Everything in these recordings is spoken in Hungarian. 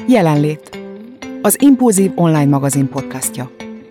Jelenlét. Az Impulzív online magazin podcastja.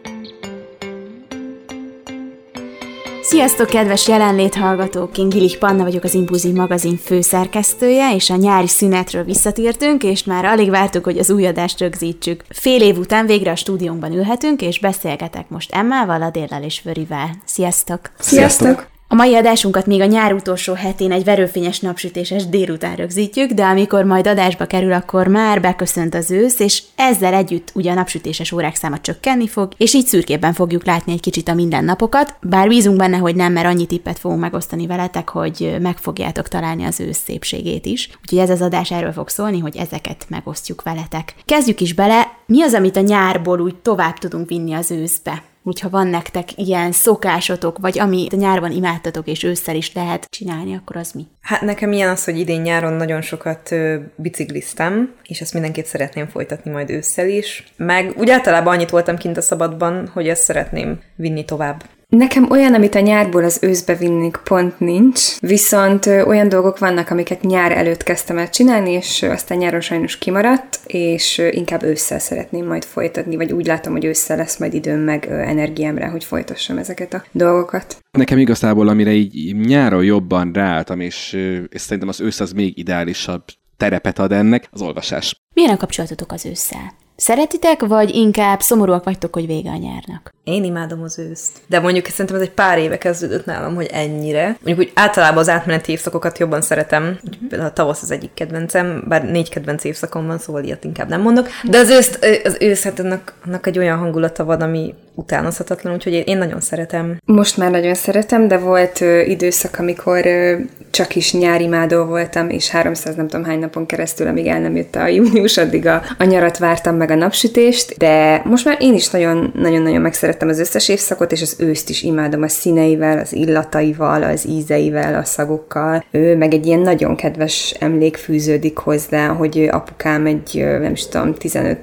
Sziasztok, kedves jelenlét hallgatók! Én Gilich Panna vagyok, az Impulzív magazin főszerkesztője, és a nyári szünetről visszatértünk, és már alig vártuk, hogy az új adást rögzítsük. Fél év után végre a stúdiónkban ülhetünk, és beszélgetek most Emmával, Adéllal és Vörivel. Sziasztok! Sziasztok! A mai adásunkat még a nyár utolsó hetén egy verőfényes napsütéses délután rögzítjük, de amikor majd adásba kerül, akkor már beköszönt az ősz, és ezzel együtt ugye a napsütéses órák száma csökkenni fog, és így szürkében fogjuk látni egy kicsit a mindennapokat, bár bízunk benne, hogy nem, mert annyi tippet fogunk megosztani veletek, hogy meg fogjátok találni az ősz szépségét is. Úgyhogy ez az adás erről fog szólni, hogy ezeket megosztjuk veletek. Kezdjük is bele, mi az, amit a nyárból úgy tovább tudunk vinni az őszbe? Úgyha van nektek ilyen szokásotok, vagy amit a nyárban imádtatok, és ősszel is lehet csinálni, akkor az mi? Hát nekem ilyen az, hogy idén nyáron nagyon sokat bicikliztem, és ezt mindenképp szeretném folytatni majd ősszel is. Meg úgy általában annyit voltam kint a szabadban, hogy ezt szeretném vinni tovább. Nekem olyan, amit a nyárból az őszbe vinnék, pont nincs, viszont olyan dolgok vannak, amiket nyár előtt kezdtem el csinálni, és aztán nyáron sajnos kimaradt, és inkább ősszel szeretném majd folytatni, vagy úgy látom, hogy ősszel lesz majd időm meg energiám rá, hogy folytassam ezeket a dolgokat. Nekem igazából, amire így nyáron jobban ráálltam, és szerintem az ősz az még ideálisabb terepet ad ennek, az olvasás. Milyen a kapcsolatotok az ősszel? Szeretitek, vagy inkább szomorúak vagytok, hogy vége a nyárnak? Én imádom az őszt. De mondjuk szerintem ez egy pár éve kezdődött nálam, hogy ennyire. Mondjuk úgy általában az átmeneti évszakokat jobban szeretem. Például a tavasz az egyik kedvencem, bár 4 kedvenc évszakom van, szóval ilyet inkább nem mondok. De az ősz hát annak egy olyan hangulata van, ami utánozhatatlan, úgyhogy én nagyon szeretem. Most már nagyon szeretem, de volt időszak, amikor csak is nyárimádó voltam, és 300 nem tudom hány napon keresztül, amíg el nem jött a június, addig a nyarat vártam meg a napsütést, de most már én is nagyon-nagyon megszerettem az összes évszakot, és az őszt is imádom a színeivel, az illataival, az ízeivel, a szagokkal. Meg egy ilyen nagyon kedves emlék fűződik hozzá, hogy apukám egy, nem is tudom,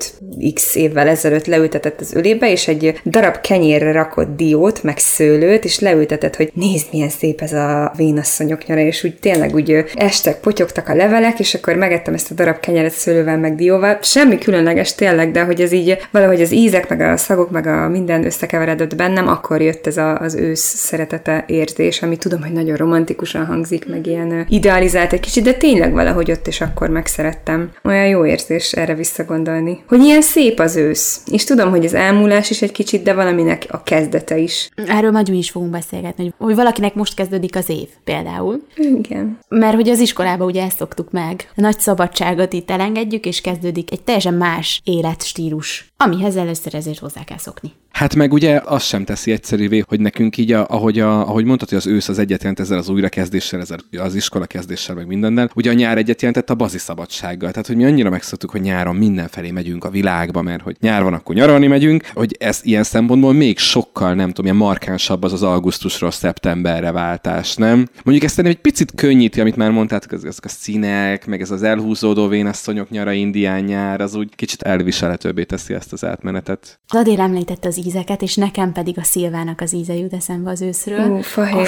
15x évvel ezelőtt leültetett az ölébe, és egy darab kenyérre rakott diót, meg szőlőt, és leültetett, hogy nézd, milyen szép ez a vénasszonyok nyara, és úgy tényleg úgy estek, potyogtak a levelek, és akkor megettem ezt a darab kenyeret szőlővel, meg dióval. Semmi különleges tényleg, de hogy ez így valahogy az ízek, meg a szagok, meg a minden összekeveredett bennem, akkor jött ez az ősz szeretete érzés, ami tudom, hogy nagyon romantikusan hangzik, meg ilyen idealizált egy kicsit, de tényleg valahogy ott és akkor megszerettem. Olyan jó érzés erre visszagondolni. Hogy ilyen szép az ősz. És tudom, hogy az elmúlás is egy kicsit, de valaminek a kezdete is. Erről majd is fogunk beszélgetni, hogy valakinek most kezdődik az év például. Igen. Mert hogy az iskolában ugye ezt szoktuk meg. A nagy szabadságot itt elengedjük, és kezdődik egy teljesen más életstílus, amihez először ezért hozzá kell szokni. Hát meg ugye az sem teszi egyszerűvé, hogy nekünk így, ahogy mondtad, hogy az ősz az egyet jelent ezzel az újrakezdéssel, ezzel az iskolakezdéssel, meg mindennel, ugye a nyár egyet jelentett a bazi szabadsággal. Tehát, hogy mi annyira megszoktuk, hogy nyáron mindenfelé megyünk a világba, mert hogy nyár van, akkor nyaralni megyünk, hogy ez ilyen szempontból még sokkal, nem tudom, ilyen markánsabb az augusztusról szeptemberre váltás, nem? Mondjuk ezt egy picit könnyíti, amit már mondtátok, ezek a színek, meg ez az elhúzódó vénasszonyok nyara, indián nyár, az úgy kicsit elviselhetőbbé teszi ezt az átmenetet. Adél említette az ízeket, és nekem pedig a szilvának az íze jut eszembe az őszről.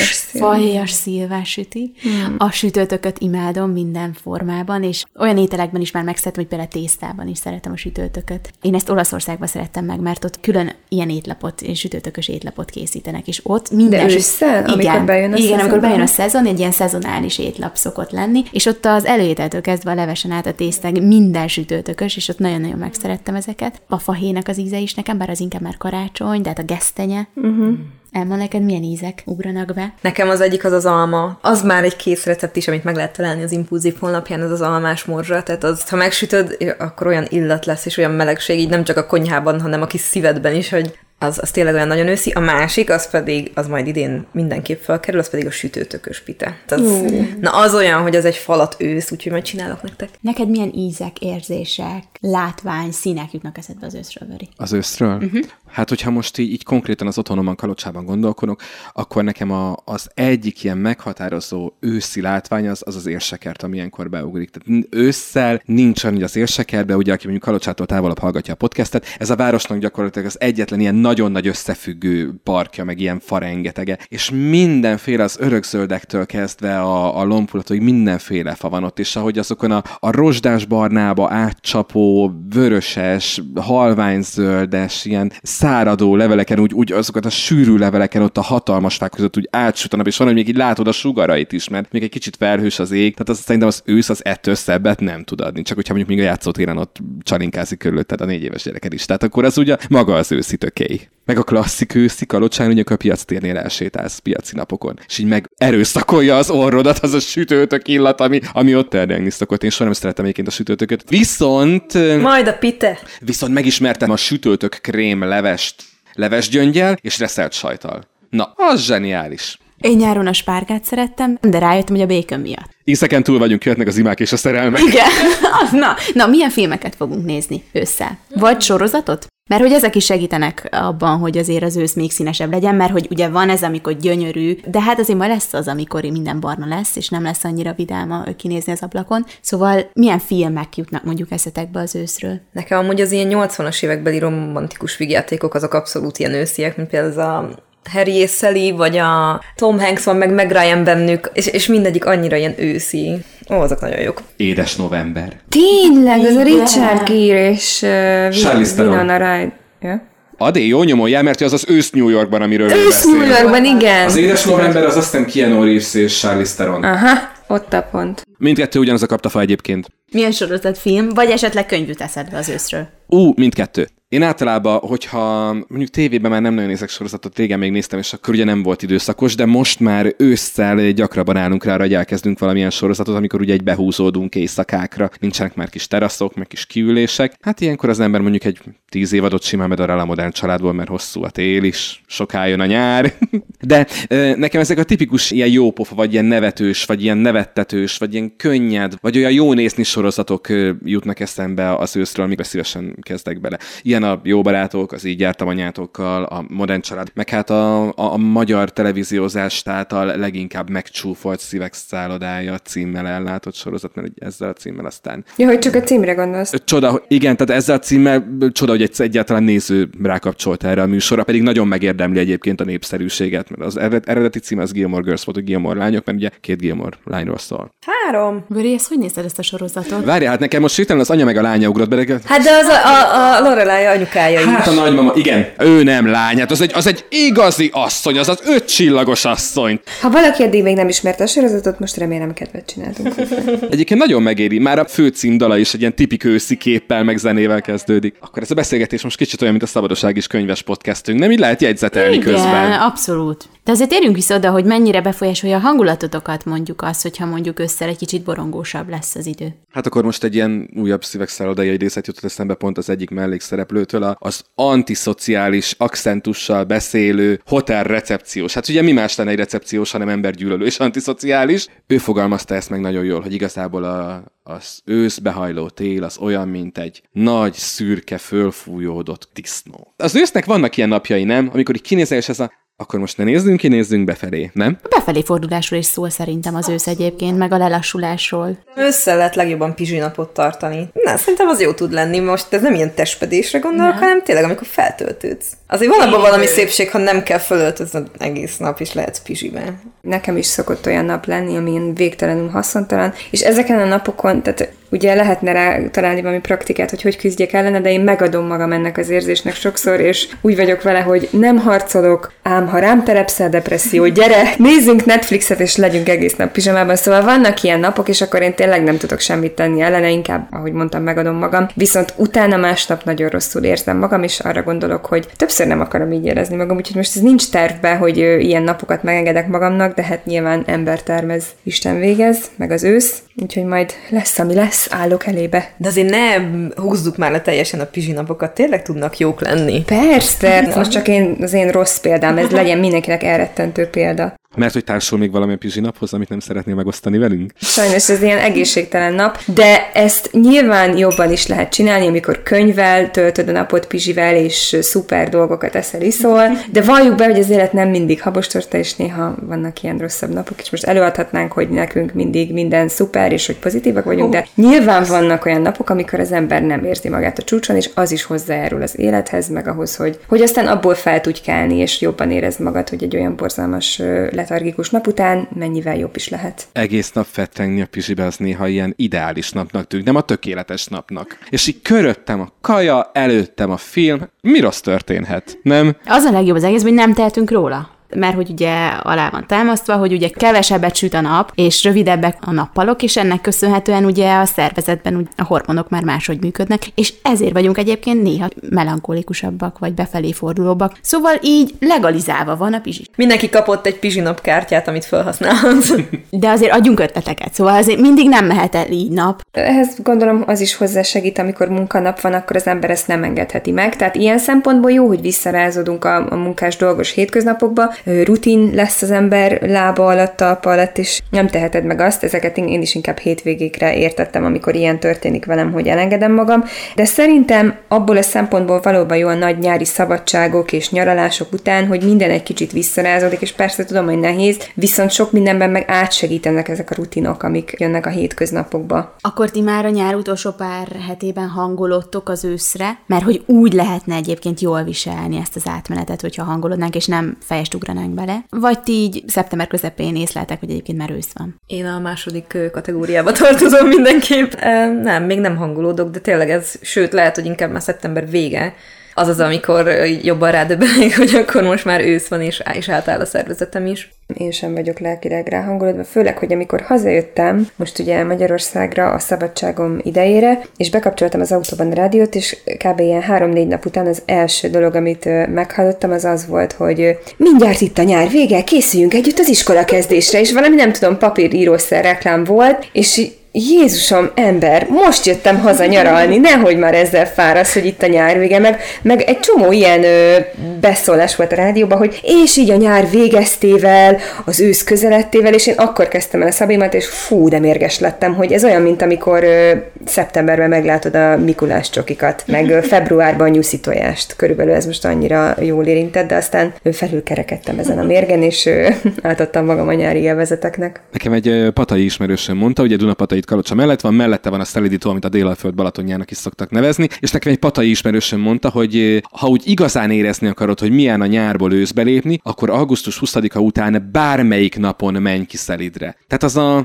Fahéjas szilvás süti. A sütőtököt imádom minden formában, és olyan ételekben is már megszerettem, hogy például tésztában is szeretem a sütőtököt. Én ezt Olaszországban szerettem meg, mert ott külön ilyen étlapot, és sütőtökös étlapot készítenek, és ott minden... De ősszel? Amikor bejön a szezon? Igen, amikor bejön a szezon, egy ilyen szezonális étlap szokott lenni, és ott az előételtől kezdve a levesen át a tésztáig minden sütőtökös, és ott nagyon-nagyon megszerettem ezeket. A fahéjnak az íze is nekem, bár az inkább már karácsony, de hát a gesztenye. Elma, neked milyen ízek ugranak be? Nekem az egyik az alma. Az már egy kész recept is, amit meg lehet találni az Impulzív honlapján, ez az almás morzsa. Tehát az, ha megsütöd, akkor olyan illat lesz, és olyan melegség, így nem csak a konyhában, hanem a kis szívedben is, hogy az tényleg olyan nagyon őszi. A másik, az majd idén mindenképp felkerül, az pedig a sütőtökös pite. Na az olyan, hogy az egy falat ősz, úgyhogy majd csinálok nektek. Neked milyen ízek, érzések, látvány, színek jutnak eszedbe az őszről, Vöri? Az őszről? Hát, hogyha most így konkrétan az otthonomban, Kalocsában gondolkodok, akkor nekem az egyik ilyen meghatározó őszi látvány az érsekert, ami ilyenkor beugrik. Tehát ősszel nincs annyi az érsekertbe, ugye, aki mondjuk Kalocsától távolabb hallgatja a podcastet, ez a városnak gyakorlatilag az egyetlen ilyen nagyon nagy összefüggő parkja, meg ilyen farengetege, és mindenféle az örökzöldektől kezdve a lompulatig mindenféle fa van ott, és ahogy azokon a rozsdás barnába átcsapó, vöröses, halványzöldes, ilyen száradó leveleken, úgy azokat a sűrű leveleken ott a hatalmas fák között úgy átsütanak, és van, hogy még így látod a sugarait is, mert még egy kicsit felhős az ég, tehát azt szerintem az ősz az ettől szebbet nem tud adni, csak hogyha mondjuk még a játszótéren ott csalinkázik körülötted a 4 éves gyereked is, tehát akkor az ugye maga az őszi tökély. Meg a klasszik őszi Kalocsán, ugye a piac térnél elsétálsz piaci napokon, és így meg erőszakolja az orrodat az a sütőtök illat, ami ott terjengni szokott. Én soha nem szeretem egyébként a sütőtököt. Viszont... Majd a pite. Viszont megismertem a sütőtök krém levesgyöngyel és reszelt sajttal. Na, az zseniális. Én nyáron a spárgát szerettem, de rájöttem, hogy a bacon miatt. Éjszakán túl vagyunk, jöhetnek az imák és a szerelmek. Igen. Na, milyen filmeket fogunk nézni ősszel? Vagy sorozatot? Mert hogy ezek is segítenek abban, hogy azért az ősz még színesebb legyen, mert hogy ugye van ez, amikor gyönyörű, de hát azért majd lesz az, amikor minden barna lesz, és nem lesz annyira vidám kinézni az ablakon. Szóval milyen filmek jutnak mondjuk eszetekbe az őszről? Nekem amúgy az ilyen 80-as évekbeli romantikus vígjátékok azok abszolút ilyen ősziek, mint például az a Harry és Sally, vagy a Tom Hanks van, meg Ryan bennük, és mindegyik annyira ilyen őszi. Ó, azok nagyon jók. Édes november. Tényleg, az a Richard Gere és Winona Ryder. Ja? Adé, jó nyomoljál, mert az ősz New Yorkban, amiről ő Ősz New Yorkban, igen. Az édes november az azt hiszem Keanu Reeves és Charlize Theron. Aha, ott a pont. Mindkettő ugyanaz a kaptafa egyébként. Milyen sorozatfilm, vagy esetleg könyv jut eszedbe az őszről? Mindkettő. Én általában, hogyha mondjuk tévében már nem nagyon nézek sorozatot, régen még néztem, és akkor ugye nem volt időszakos, de most már ősszel gyakrabban állunk rá, hogy elkezdünk valamilyen sorozatot, amikor ugye egy behúzódunk éjszakákra, nincsenek már kis teraszok, meg kis kiülések. Hát ilyenkor az ember mondjuk egy 10 évadot simán bedar el a Modern Családból, mert hosszú a tél is, soká jön a nyár. De nekem ezek a tipikus ilyen jópofa, vagy ilyen nevetős, vagy ilyen nevettetős, vagy ilyen könnyed, vagy olyan jó nézni sorozatok jutnak eszembe az őszről, amikbe szívesen kezdek bele. Ilyen a Jó barátok, az Így jártam anyátokkal, a Modern Család, meg hát a magyar televíziózást által leginkább megcsúfolt Szívek szállodája címmel ellátott sorozat, mert ezzel a címmel aztán... Ja, hogy csak a címre gondolsz. Csoda, igen, tehát ezzel a címmel csoda, hogy egyáltalán néző rákapcsolt erre a műsorra, pedig nagyon megérdemli egyébként a népszerűséget, mert az eredeti cím az Gilmore Girls volt, a Gilmore lányok, mert ugye 2 Gilmore lányról szól. 3. Vöri, ezt hogy nézted ezt a sorozatot? Várjál, hát nekem most hirtelen az anya meg a lánya ugrott be. Hát de az a Lorelai anyukája hát is. A nagymama, igen, ő nem lány, hát az egy igazi asszony, az 5 csillagos asszony. Ha valaki eddig még nem ismerte a sorozatot, most remélem kedvet csináltunk. Egyébként nagyon megéri, már a főcím dala is egy ilyen tipik őszi képpel meg zenével kezdődik. Akkor ez a beszélgetés most kicsit olyan, mint a Szabadság is könyves podcastünk, nem így lehet jegyzetelni közben. Igen, abszolút. De azért térjünk vissza oda, hogy mennyire befolyásolja a hangulatotokat mondjuk azt, hogyha mondjuk össze egy kicsit borongósabb lesz az idő. Hát akkor most egy ilyen újabb Szívek szállodai részlet jutott eszembe pont az egyik mellékszereplőtől, az antiszociális akcentussal beszélő hotel recepciós. Hát ugye mi más lenne egy recepciós, hanem embergyűlölő és antiszociális. Ő fogalmazta ezt meg nagyon jól, hogy igazából az őszbehajló tél az olyan, mint egy nagy, szürke, fölfújódott disznó. Az ősznek vannak ilyen napjai, nem? Amikor így kinézel, és ez akkor most ne nézzünk ki, nézzünk befelé, nem? A befelé fordulásról is szól szerintem az ősz egyébként, meg a lelassulásról. Össze lehet legjobban pizsinapot tartani. Na, szerintem az jó tud lenni. Most ez nem ilyen testpedésre gondolok, hanem tényleg, amikor feltöltődsz. Azért van abban valami szépség, ha nem kell fölöltöznöd egész nap, és lehetsz pizsiben. Nekem is szokott olyan nap lenni, ami ilyen végtelenül haszontalan, és ezeken a napokon, tehát ugye lehetne rá találni valami praktikát, hogy küzdjek ellene, de én megadom magam ennek az érzésnek sokszor, és úgy vagyok vele, hogy nem harcolok, ám ha rám telepszel depresszió, gyere, nézzünk Netflixet, és legyünk egész nap pizsamában. Szóval vannak ilyen napok, és akkor én tényleg nem tudok semmit tenni ellene, inkább, ahogy mondtam, megadom magam. Viszont utána másnap nagyon rosszul érzem magam, és arra gondolok, hogy többször nem akarom így érezni magam, úgyhogy most ez nincs tervben, hogy ilyen napokat megengedek magamnak, de hát nyilván ember termez, Isten végez, meg az ősz, úgyhogy majd lesz, ami lesz, állok elébe. De azért ne húzzuk már le teljesen a pizsinapokat, tényleg tudnak jók lenni. Persze, most csak az én rossz példám, ez legyen mindenkinek elrettentő példa. Mert hogy társul még valamilyen pizsinaphoz, amit nem szeretnél megosztani velünk? Sajnos ez ilyen egészségtelen nap, de ezt nyilván jobban is lehet csinálni, amikor könyvvel töltöd a napot pizsivel, és szuper dolgokat eszel, iszol, de valljuk be, hogy az élet nem mindig habostorta, és néha vannak ilyen rosszabb napok, és most előadhatnánk, hogy nekünk mindig minden szuper, és hogy pozitívak vagyunk, de nyilván vannak olyan napok, amikor az ember nem érzi magát a csúcson, és az is hozzájárul az élethez, meg ahhoz, hogy aztán abból fel tudj kelni, és jobban érezd magad, hogy egy olyan borzalmas letargikus nap után mennyivel jobb is lehet. Egész nap fetrengni a pizsibe az néha ilyen ideális napnak tűnik, nem a tökéletes napnak. És így köröttem a kaja, előttem a film, mi rossz történhet, nem? Az a legjobb az egész, hogy nem tehetünk róla. Mert hogy ugye alá van támasztva, hogy ugye kevesebbet süt a nap, és rövidebbek a nappalok, és ennek köszönhetően ugye a szervezetben a hormonok már máshogy működnek, és ezért vagyunk egyébként néha melankolikusabbak, vagy befelé fordulóbbak. Szóval így legalizálva van a pizsi. Mindenki kapott egy pizsinapkártyát, amit felhasználhat. De azért adjunk ötleteket, szóval azért mindig nem mehet el így nap. Ehhez gondolom az is hozzásegít, amikor munkanap van, akkor az ember ezt nem engedheti meg. Tehát ilyen szempontból jó, hogy visszarázódunk a munkás dolgos hétköznapokba, rutin lesz az ember lába alatt, talpa alatt, és nem teheted meg azt, ezeket én is inkább hétvégékre értettem, amikor ilyen történik velem, hogy elengedem magam, de szerintem abból a szempontból valóban jó a nagy nyári szabadságok és nyaralások után, hogy minden egy kicsit visszarázódik, és persze tudom, hogy nehéz, viszont sok mindenben meg átsegítenek ezek a rutinok, amik jönnek a hétköznapokba. Akkor ti már a nyár utolsó pár hetében hangolódtok az őszre, mert hogy úgy lehetne egyébként jól viselni ezt az átmenetet, hogyha hangolódnánk, és nem fejest ugranánk bele. Vagy ti így szeptember közepén észleltek, hogy egyébként már ősz van? Én a második kategóriába tartozom mindenképp. Nem, még nem hangolódok, de tényleg ez, sőt, lehet, hogy inkább már szeptember vége. Az az, amikor jobban rádöbbenek, hogy akkor most már ősz van, és átáll a szervezetem is. Én sem vagyok lelkileg ráhangolódva, főleg, hogy amikor hazajöttem, most ugye Magyarországra a szabadságom idejére, és bekapcsoltam az autóban a rádiót, és kb. Ilyen 3-4 nap után az első dolog, amit meghallottam, az volt, hogy mindjárt itt a nyár vége, készüljünk együtt az iskola kezdésre, és valami nem tudom, papírírószer reklám volt, és Jézusom, ember, most jöttem haza nyaralni, nehogy már ezzel fárasz, hogy itt a nyár vége, meg egy csomó ilyen beszólás volt a rádióban, hogy és így a nyár végeztével, az ősz közelettével, és én akkor kezdtem el a szabélymat, és fú, de mérges lettem, hogy ez olyan, mint amikor szeptemberben meglátod a Mikulás csokikat, meg februárban a nyuszi tojást. Körülbelül ez most annyira jól érintett, de aztán felülkerekedtem ezen a mérgen, és átadtam magam a nyári élvezeteknek. Nekem egy patai ismerősöm mondta, ugye Dunapatai Kalocsa mellett van, mellette van a Szelidító, amit a Délalföld Balatonjának is szoktak nevezni, és nekem egy patai ismerősöm mondta, hogy ha úgy igazán érezni akarod, hogy milyen a nyárból őszbe lépni, akkor augusztus 20-a után bármelyik napon menj ki Szelidre. Tehát az a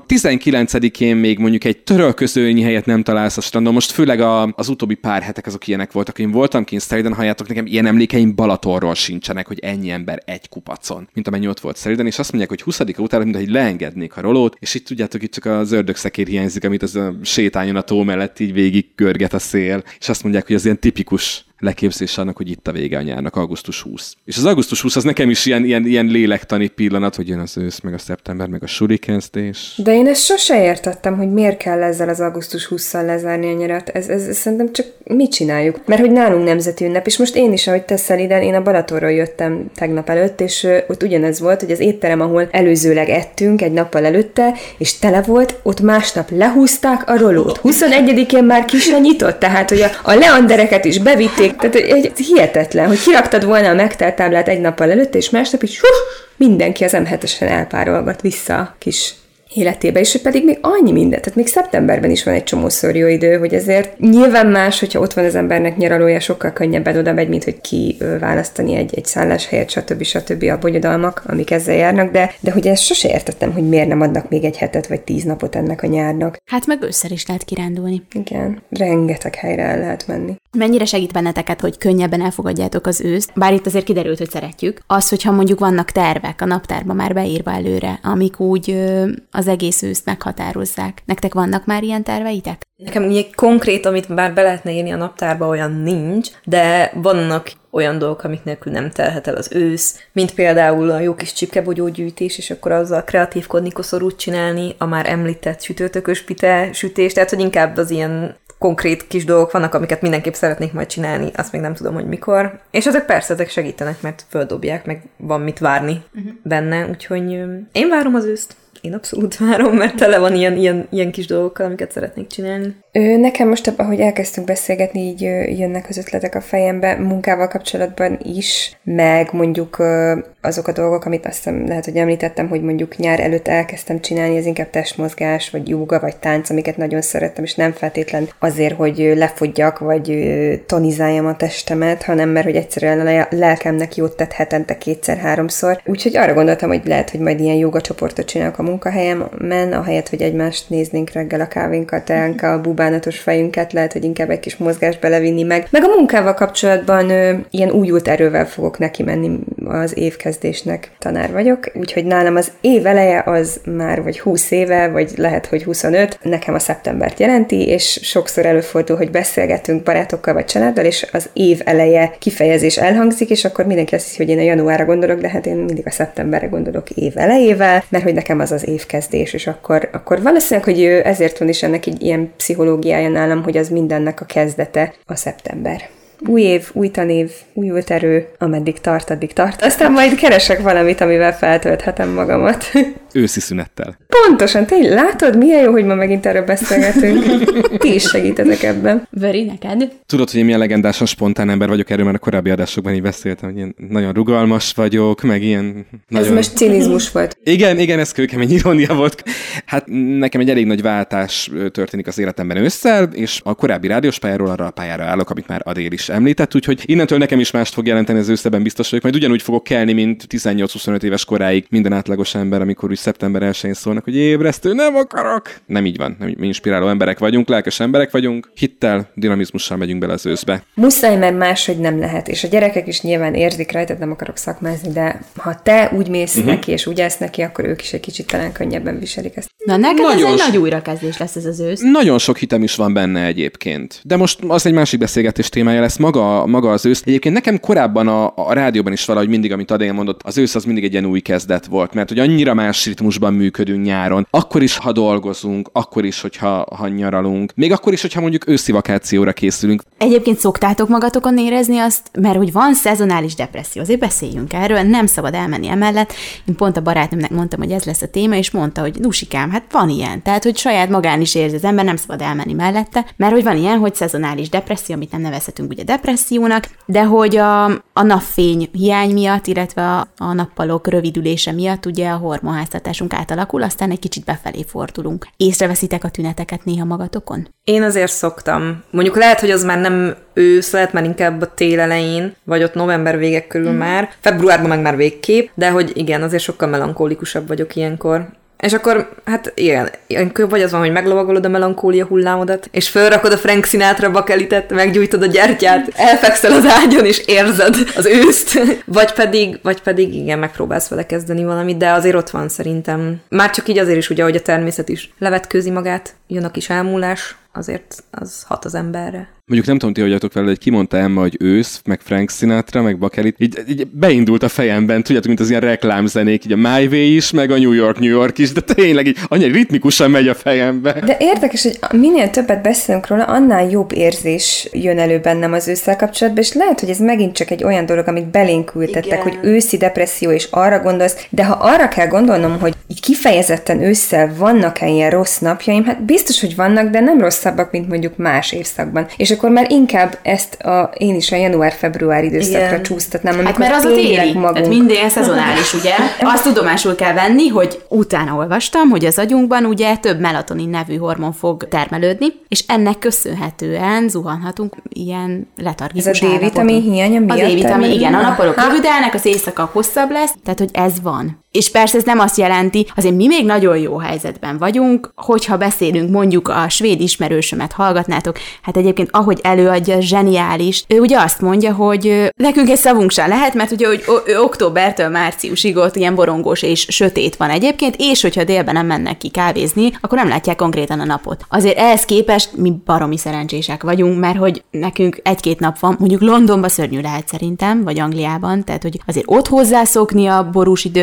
19-én még mondjuk egy törölközőnyi helyet nem találsz a strandon, most főleg az utóbbi pár hetek azok ilyenek voltak. Én voltam kint Szeliden, halljátok, nekem ilyen emlékeim Balatonról sincsenek, hogy ennyi ember egy kupacon, mint amennyi ott volt Szeliden, és azt mondják, hogy 20-a után, mintha leengednék a rolót, és itt tudjátok, itt csak az ördögszekér hiányzik, amit az a sétányon a tó mellett így végig görget a szél, és azt mondják, hogy az ilyen tipikus leképzés annak, hogy itt a vége a nyárnak, augusztus 20. És az augusztus 20 az nekem is ilyen lélektani pillanat, hogy jön az ősz, meg a szeptember, meg a suli kezdés. De én ezt sose értettem, hogy miért kell ezzel az augusztus 20-szal lezárni a nyarat. Ez szerintem csak mit csináljuk? Mert hogy nálunk nemzeti ünnep, és most én is, ahogy te Szeliden, én a Balatonról jöttem tegnap előtt, és ott ugyanez volt, hogy az étterem, ahol előzőleg ettünk egy nappal előtte, és tele volt, ott másnap lehúzták a rolót. 21-én már ki se nyitott, tehát hogy a leandereket is bevitték. Tehát hihetetlen, hogy kiraktad volna a megtelt táblát egy nappal előtt, és másnap is mindenki az M7-esen elpárolgat vissza a kis életébe, és pedig még annyi mindent, tehát még szeptemberben is van egy csomószor jó idő, hogy ezért nyilván más, hogyha ott van az embernek nyaralója, sokkal könnyebben oda megy, mint hogy kiválasztani egy szálláshelyet, stb. A bonyodalmak, amik ezzel járnak, de hogy ezt sose értettem, hogy miért nem adnak még egy hetet vagy 10 napot ennek a nyárnak. Hát meg ősszel is lehet kirándulni. Igen, rengeteg helyre el lehet menni. Mennyire segít benneteket, hogy könnyebben elfogadjátok az őszt, bár itt azért kiderült, hogy szeretjük. Az, hogyha mondjuk vannak tervek a naptárba már beírva előre, amik úgy az egész őszt meghatározzák. Nektek vannak már ilyen terveitek? Nekem ugye konkrét, amit bár be lehetne írni a naptárba, olyan nincs, de vannak olyan dolgok, amik nélkül nem telhet el az ősz, mint például a jó kis csipkebogyógyűjtés, és akkor azzal kreatívkodni, koszorút csinálni, a már említett sütőtökös pite sütés, tehát hogy inkább az ilyen konkrét kis dolgok vannak, amiket mindenképp szeretnék majd csinálni, azt még nem tudom, hogy mikor. És ezek persze, ezek segítenek, mert földobják, meg van mit várni benne, úgyhogy én várom az őszt. Én abszolút várom, mert tele van ilyen kis dolgokkal, amiket szeretnék csinálni. Nekem most, ahogy elkezdtünk beszélgetni, így jönnek az ötletek a fejembe munkával kapcsolatban is, meg mondjuk azok a dolgok, amit azt hiszem lehet, hogy említettem, hogy mondjuk nyár előtt elkezdtem csinálni, ez inkább testmozgás, vagy jóga, vagy tánc, amiket nagyon szerettem, és nem feltétlen azért, hogy lefogyjak, vagy tonizáljam a testemet, hanem mert hogy egyszerűen a lelkemnek jót tett hetente 2-3-szor. Úgyhogy arra gondoltam, hogy lehet, hogy majd ilyen jóga csoportot csinálok a munkahelyemen, ahelyett, hogy egymást néznénk reggel a kávénkat, a bubánatos fejünket, lehet, hogy inkább egy kis mozgást belevinni meg a munkával kapcsolatban ilyen újult erővel fogok neki menni az évkezdésnek. Tanár vagyok, úgyhogy nálam az év eleje az már vagy 20 éve, vagy lehet, hogy 25, nekem a szeptembert jelenti, és sokszor előfordul, hogy beszélgetünk barátokkal vagy családdal, és az év eleje kifejezés elhangzik, és akkor mindenki azt hiszi, hogy én a januárra gondolok, de hát én mindig a szeptemberre gondolok év elejével, mert hogy nekem az évkezdés, és akkor valószínűleg, hogy ezért van is ennek egy ilyen pszichológiája nálam, hogy az mindennek a kezdete a szeptember. Új év, új tanév, újult erő, ameddig tart, addig tart. Aztán majd keresek valamit, amivel feltölthetem magamat. Őszi szünettel. Pontosan, tényleg látod, milyen jó, hogy ma megint erről beszélgetünk. Ti is segítetek ebben. Vöri, neked? Tudod, hogy én milyen legendásan spontán ember vagyok, erről már a korábbi adásokban így beszéltem, hogy ilyen nagyon rugalmas vagyok, meg ilyen... Nagyon... Ez most cinizmus volt. Igen, ez kőkemény irónia volt. Hát nekem egy elég nagy váltás történik az életemben ősszel, és a korábbi rádiós pályáról arra a pályára állok, amit már Adél is említett, úgyhogy innentől nekem is mást fog jelenteni az őszeben, biztos vagyok, majd ugyanúgy fogok kelni, mint 18-25 éves koráig minden átlagos ember, amikor úgy szeptember 1-én szólnak, hogy ébresztő, nem akarok. Nem így van, mi inspiráló emberek vagyunk, lelkes emberek vagyunk, hittel, dinamizmussal megyünk bele az őszbe. Muszáj, mert máshogy nem lehet, és a gyerekek is nyilván érzik rajtad, nem akarok szakmázni, de ha te úgy mész neki, és úgy állsz neki, akkor ők is egy kicsit talán könnyebben viselik ezt. Na, neked ez egy nagy újrakezdés lesz ez az ősz. Nagyon sok hitem is van benne egyébként. De most az egy másik beszélgetés témája lesz, maga az ősz. Egyébként nekem korábban a rádióban is valahogy mindig, amit Adél mondott, az ősz az mindig egy ilyen új kezdet volt, mert hogy annyira más ritmusban működünk nyáron. Akkor is, ha dolgozunk, akkor is, hogyha nyaralunk, még akkor is, hogyha mondjuk őszi vakációra készülünk. Egyébként szoktátok magatokon érezni azt, mert hogy van szezonális depresszió, azért beszéljünk erről, nem szabad elmenni emellett. Én pont a barátnőmnek mondtam, hogy ez lesz a téma, és mondta, hogy Lusikám, hát van ilyen. Tehát, hogy saját magán is érzi az ember, nem szabad elmenni mellette, mert hogy van ilyen, hogy szezonális depresszió, amit nem nevezhetünk ugye depressziónak, de hogy a napfény hiány miatt, illetve a nappalok rövidülése miatt ugye a hormonháztartásunk átalakul, aztán egy kicsit befelé fordulunk. Észreveszitek a tüneteket néha magatokon? Én azért szoktam. Mondjuk lehet, hogy az már nem ősz, lehet már inkább a tél elején, vagy ott november végek körül már, februárban meg már végképp, de hogy igen, azért sokkal melankólikusabb vagyok ilyenkor. És akkor, hát igen, vagy az van, hogy meglovagolod a melankólia hullámodat, és fölrakod a Frank Sinatra bakelitet, meggyújtod a gyertyát, elfekszel az ágyon, és érzed az őszt. Vagy pedig igen, megpróbálsz vele kezdeni valamit, de azért ott van szerintem. Már csak így azért is, ugye, hogy a természet is levetkőzi magát, jön a kis elmúlás, azért az hat az emberre. Mondjuk nem tudom, ti hogyatok vele, hogy kimondta Emma, hogy ősz, meg Frank Sinatra, meg Bakelit. Így beindult a fejemben, tudjátok, mint az ilyen reklámzenék, így a My Way is, meg a New York is, de tényleg így annyira ritmikusan megy a fejembe. De érdekes, hogy minél többet beszélünk róla, annál jobb érzés jön elő bennem az ősszel kapcsolatban, és lehet, hogy ez megint csak egy olyan dolog, amit belénk ültettek, hogy őszi depresszió, és arra gondolsz, de ha arra kell gondolnom, hogy így kifejezetten ősszel vannak-e ilyen rossz napjaim, hát biztos, hogy vannak, de nem rosszabbak, mint mondjuk más évszakban. És akkor már inkább ezt én is a január-február időszakra csúsztatnám, amikor hát mert az a téli, tehát minden szezonális, ugye? Azt tudomásul kell venni, hogy utána olvastam, hogy az agyunkban ugye több melatonin nevű hormon fog termelődni, és ennek köszönhetően zuhanhatunk ilyen letargikus állapoton. Ez a D-vitamin hiánya miatt? A D-vitamin, igen, a napolok rövidelnek, az éjszaka hosszabb lesz, tehát hogy ez van. És persze ez nem azt jelenti, azért mi még nagyon jó helyzetben vagyunk, hogyha beszélünk, mondjuk a svéd ismerősömet hallgatnátok, hát egyébként ahogy előadja, zseniális. Ő ugye azt mondja, hogy nekünk egy szavunk sem lehet, mert ugye hogy októbertől márciusig ott ilyen borongós és sötét van egyébként, és hogyha délben nem mennek ki kávézni, akkor nem látják konkrétan a napot. Azért ehhez képest mi baromi szerencsések vagyunk, mert hogy nekünk 1-2 nap van, mondjuk Londonban szörnyű lehet szerintem, vagy Angliában, tehát hogy azért ott hozzászokni a borús időhöz azért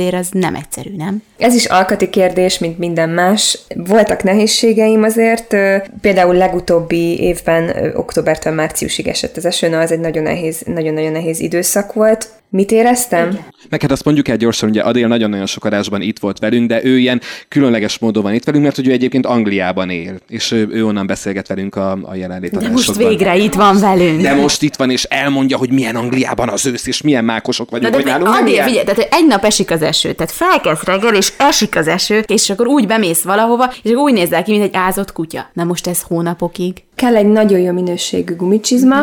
azért az nem egyszerű, nem? Ez is alkati kérdés, mint minden más. Voltak nehézségeim azért, például legutóbbi évben októbertől márciusig esett az eső, az egy nagyon-nagyon nehéz időszak volt. Mit éreztem? Igen. Meg hát azt mondjuk el gyorsan, ugye Adél nagyon-nagyon sok adásban itt volt velünk, de ő ilyen különleges módon van itt velünk, mert hogy ő egyébként Angliában él, és ő onnan beszélget velünk a jelenlétadásokban. De most végre itt van velünk. De most itt van, és elmondja, hogy milyen Angliában az ősz, és milyen mákosok vagyunk, hogy nálunk nem ilyen. Figyelj, tehát egy nap esik az eső, tehát felkelsz reggel, és esik az eső, és akkor úgy bemész valahova, és akkor úgy nézel ki, mint egy ázott kutya. Na most ez hónapokig. Kell egy nagyon jó minőségű gumicsizma,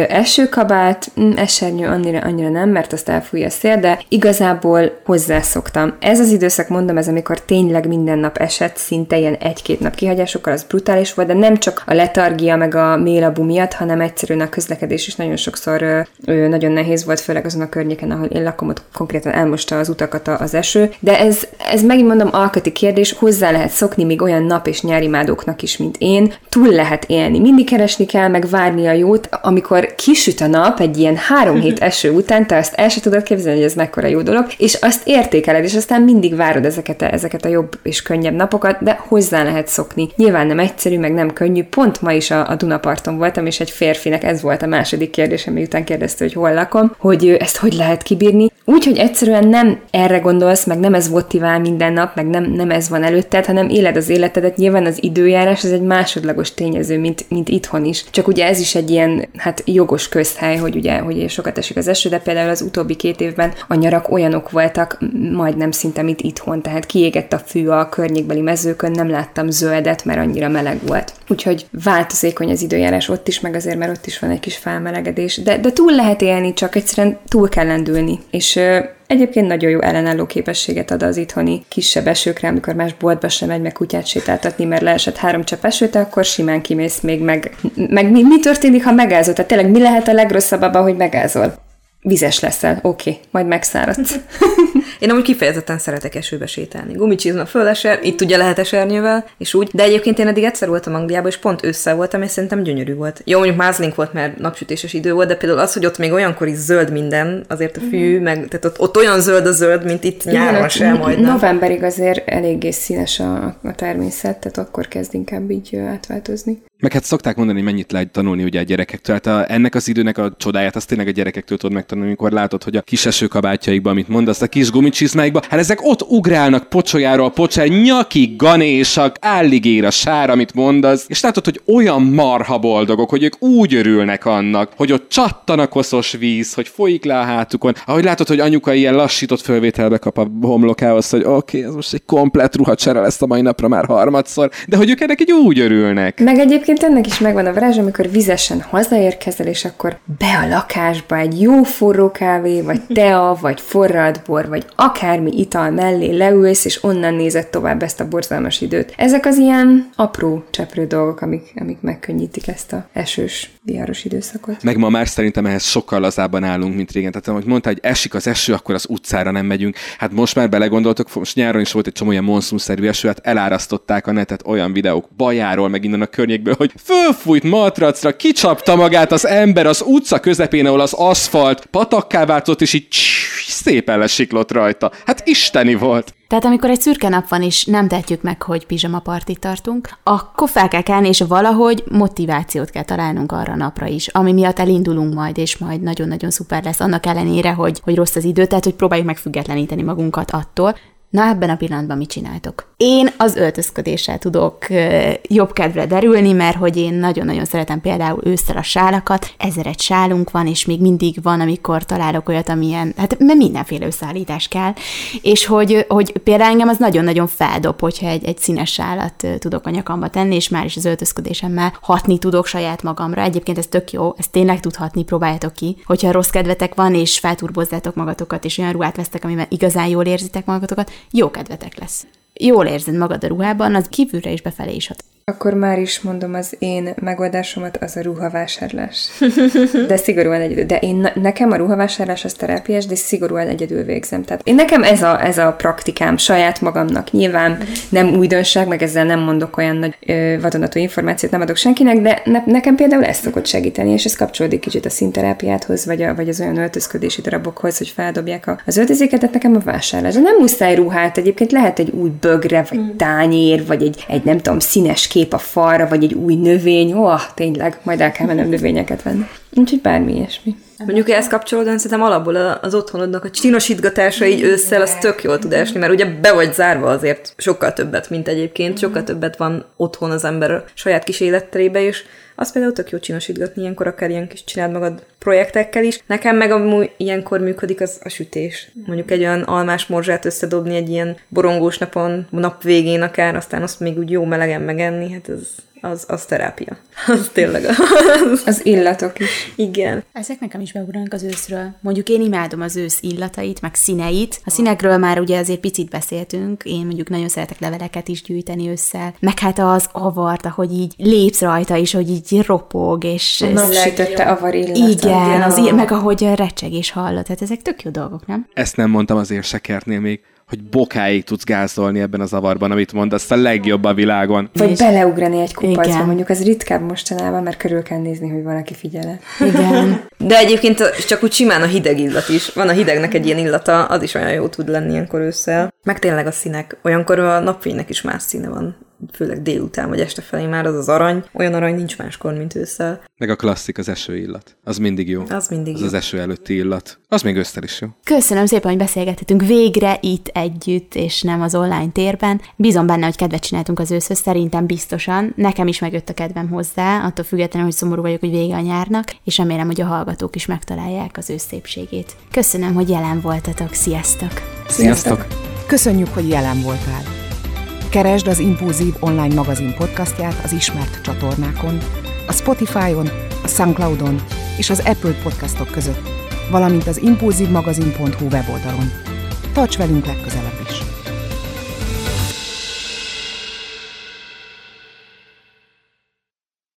esőkabát, esernyő annyira nem, mert azt elfújja a szél, de igazából hozzászoktam. Ez az időszak, mondom, ez amikor tényleg minden nap esett, szinte ilyen 1-2 nap kihagyásokkal, az brutális volt, de nem csak a letargia meg a mélabú miatt, hanem egyszerűen a közlekedés is nagyon sokszor nagyon nehéz volt, főleg azon a környéken, ahol én lakom, ott konkrétan elmosta az utakat az eső. De ez megint mondom alkati kérdés, hozzá lehet szokni még olyan nap- és nyárimádóknak is, mint én, túl lehet élni. Mindig keresni kell, meg várni a jót. Amikor kisüt a nap egy ilyen 3 hét eső után, te azt el se tudod képzelni, hogy ez mekkora jó dolog, és azt értékeled, és aztán mindig várod ezeket a jobb és könnyebb napokat, de hozzá lehet szokni. Nyilván nem egyszerű, meg nem könnyű. Pont ma is a Dunaparton voltam, és egy férfinek ez volt a második kérdésem, miután kérdezte, hogy hol lakom, hogy ezt hogy lehet kibírni. Úgyhogy egyszerűen nem erre gondolsz, meg nem ez motivál minden nap, meg nem ez van előtted, hanem éled az életedet. Nyilván az időjárás az egy másodlagos tényező, mint itthon is. Csak ugye ez is egy ilyen, jogos közhely, hogy ugye sokat esik az eső, de például az utóbbi 2 évben a nyarak olyanok voltak, majdnem szinte, mint itthon, tehát kiégett a fű a környékbeli mezőkön, nem láttam zöldet, mert annyira meleg volt. Úgyhogy változékony az időjárás ott is, meg azért, mert ott is van egy kis felmelegedés, de túl lehet élni, csak egyszerűen túl kell lendülni. És egyébként nagyon jó ellenálló képességet ad az itthoni kisebb esőkre, amikor más boltba sem megy meg kutyát sétáltatni, mert leesett 3 csepp esőt, akkor simán kimész még meg mi történik, ha megázol? Tehát tényleg mi lehet a legrosszabb abban, hogy megázol? Vizes leszel, oké, majd megszáradsz. Én amúgy kifejezetten szeretek esőbe sétálni. Gumicsizma föleser, itt ugye lehet esernyővel, és úgy. De egyébként én eddig egyszer voltam Angliában, és pont ősszel voltam, és szerintem gyönyörű volt. Jó, mondjuk mázlink volt, mert napsütéses idő volt, de például az, hogy ott még olyankor is zöld minden, azért a fű, meg tehát ott olyan zöld a zöld, mint itt nyáron sem majdnem. Novemberig azért eléggé színes a természet, tehát akkor kezd inkább így átváltozni. Meg hát szokták mondani, hogy mennyit lehet tanulni ugye a gyerekektől. Hát ennek az időnek a csodáját azt tényleg a gyerekektől tudod megtanulni, amikor látod, hogy a kis esőkabátjaikban, amit mondasz, a kis gumicsizmáikban, hát ezek ott ugrálnak pocsolyáról pocsolyára, nyakig, ganésak, álligér a sár, amit mondasz, és látod, hogy olyan marha boldogok, hogy ők úgy örülnek annak, hogy ott csattan a koszos víz, hogy folyik le a hátukon, ahogy látod, hogy anyuka ilyen lassított fölvételbe kap a homlokához, hogy oké, ez most egy komplett ruhacsere lesz a mai napra már 3-szor, de hogy ők ennek így úgy örülnek. Meg egyébként ennek is megvan a varázs, amikor vizesen hazaérkezel, és akkor be a lakásba egy jó forró kávé, vagy tea, vagy forralt bor, vagy akármi ital mellé leülsz, és onnan nézed tovább ezt a borzalmas időt. Ezek az ilyen apró, cseprő dolgok, amik megkönnyítik ezt a esős, viharos időszakot. Meg ma már szerintem ehhez sokkal lazábban állunk, mint régen. Tehát, ahogy mondtál, hogy esik az eső, akkor az utcára nem megyünk. Hát most már belegondoltok, most nyáron is volt egy csomó ilyen monszunszerű eső, hát elárasztották a netet olyan videók Bajáról, meg innen a környékből, hogy fölfújt matracra, kicsapta magát az ember az utca közepén, ahol az aszfalt patakká váltott, és így szépen lesiklott rajta. Hát isteni volt. Tehát amikor egy szürke nap van, és nem tehetjük meg, hogy pizsamapartit tartunk, akkor fel kell kelni, és valahogy motivációt kell találnunk arra a napra is, ami miatt elindulunk majd, és majd nagyon-nagyon szuper lesz, annak ellenére, hogy rossz az idő, tehát hogy próbáljuk meg függetleníteni magunkat attól. Na, ebben a pillanatban mit csináltok? Én az öltözködéssel tudok jobb kedvre derülni, mert hogy én nagyon-nagyon szeretem például ősszel a sálakat, 1001 sálunk van, és még mindig van, amikor találok olyat, amilyen, hát mindenféle összeállítás kell, és hogy például engem az nagyon-nagyon feldob, hogyha egy színes sálat tudok a nyakamba tenni, és már is az öltözködésemmel hatni tudok saját magamra. Egyébként ez tök jó, ez tényleg tud hatni, próbáljátok ki. Hogyha rossz kedvetek van, és felturbozzátok magatokat, és olyan ruhát vesztek, amiben igazán jól érzitek magatokat, jó kedvetek lesz. Jól érzed magad a ruhában, az kívülre és befelé is hat. Akkor már is mondom, az én megoldásomat, az a ruhavásárlás. De szigorúan egyedül. De nekem a ruhavásárlás az terápiás, de szigorúan egyedül végzem. Tehát nekem ez a praktikám saját magamnak. Nyilván nem újdonság, meg ezzel nem mondok olyan nagy vadonatúj információt, nem adok senkinek, de nekem például ez szokott segíteni, és ez kapcsolódik kicsit a színterápiáthoz, vagy az olyan öltözködési darabokhoz, hogy feldobják az öltözéket, tehát nekem a vásárlás. De nem muszáj ruhát, egyébként lehet egy új bögre, vagy tányér, vagy egy nem tudom, színes kép a falra, vagy egy új növény. Tényleg, majd el kell mennem növényeket venni. Úgyhogy bármi ilyesmi. Mondjuk ehhez kapcsolódóan szerintem alapból az otthonodnak a csinosítgatása így ősszel, az tök jól tud esni, mert ugye be vagy zárva azért sokkal többet, mint egyébként, sokkal többet van otthon az ember a saját kis életterébe, és az például tök jó csinosítgatni ilyenkor, akár ilyen kis csináld magad projektekkel is. Nekem meg amúgy ilyenkor működik az a sütés. Mondjuk egy olyan almás morzsát összedobni egy ilyen borongós napon, nap végén akár, aztán azt még úgy jó melegen megenni, hát az terápia. Az tényleg. Az illatok is. Igen. Ezek nekem is beugranak az őszről. Mondjuk én imádom az ősz illatait, meg színeit. A színekről már ugye azért picit beszéltünk. Én mondjuk nagyon szeretek leveleket is gyűjteni ősszel. Meg hát az avart, ahogy így lépsz rajta is, hogy így ropog, és... Nagy lejtötte avar illat. Igen, meg ahogy a recsegés hallod. Tehát ezek tök jó dolgok, nem? Ezt nem mondtam az érsekertnél még, hogy bokáig tudsz gázolni ebben a zavarban, amit mondasz, a legjobb a világon. Vagy beleugrani egy kupacba, mondjuk az ritkább mostanában, mert körül kell nézni, hogy valaki figyel. Igen. De egyébként csak úgy simán a hideg illat is. Van a hidegnek egy ilyen illata, az is olyan jó tud lenni ilyenkor ősszel. Meg tényleg a színek. Olyankor a napfénynek is más színe van. Főleg délután vagy este felé már az arany. Olyan arany nincs máskor, mint ősszel. Meg a klasszik, az eső illat. Az mindig jó. Az mindig az jó. Az eső előtti illat. Az még ősszel is jó. Köszönöm szépen, hogy beszélgethetünk végre itt együtt, és nem az online térben. Bízom benne, hogy kedvet csináltunk az őszhöz, szerintem biztosan. Nekem is megjött a kedvem hozzá, attól függetlenül, hogy szomorú vagyok, hogy vége a nyárnak, és remélem, hogy a hallgatók is megtalálják az ősz szépségét. Köszönöm, hogy jelen voltatok. Sziasztok! Sziasztok! Köszönjük, hogy jelen voltál. Keresd az Impulzív online magazin podcastját az ismert csatornákon, a Spotify-on, a Soundcloud-on és az Apple podcastok között, valamint az impulzívmagazin.hu weboldalon. Tarts velünk legközelebb!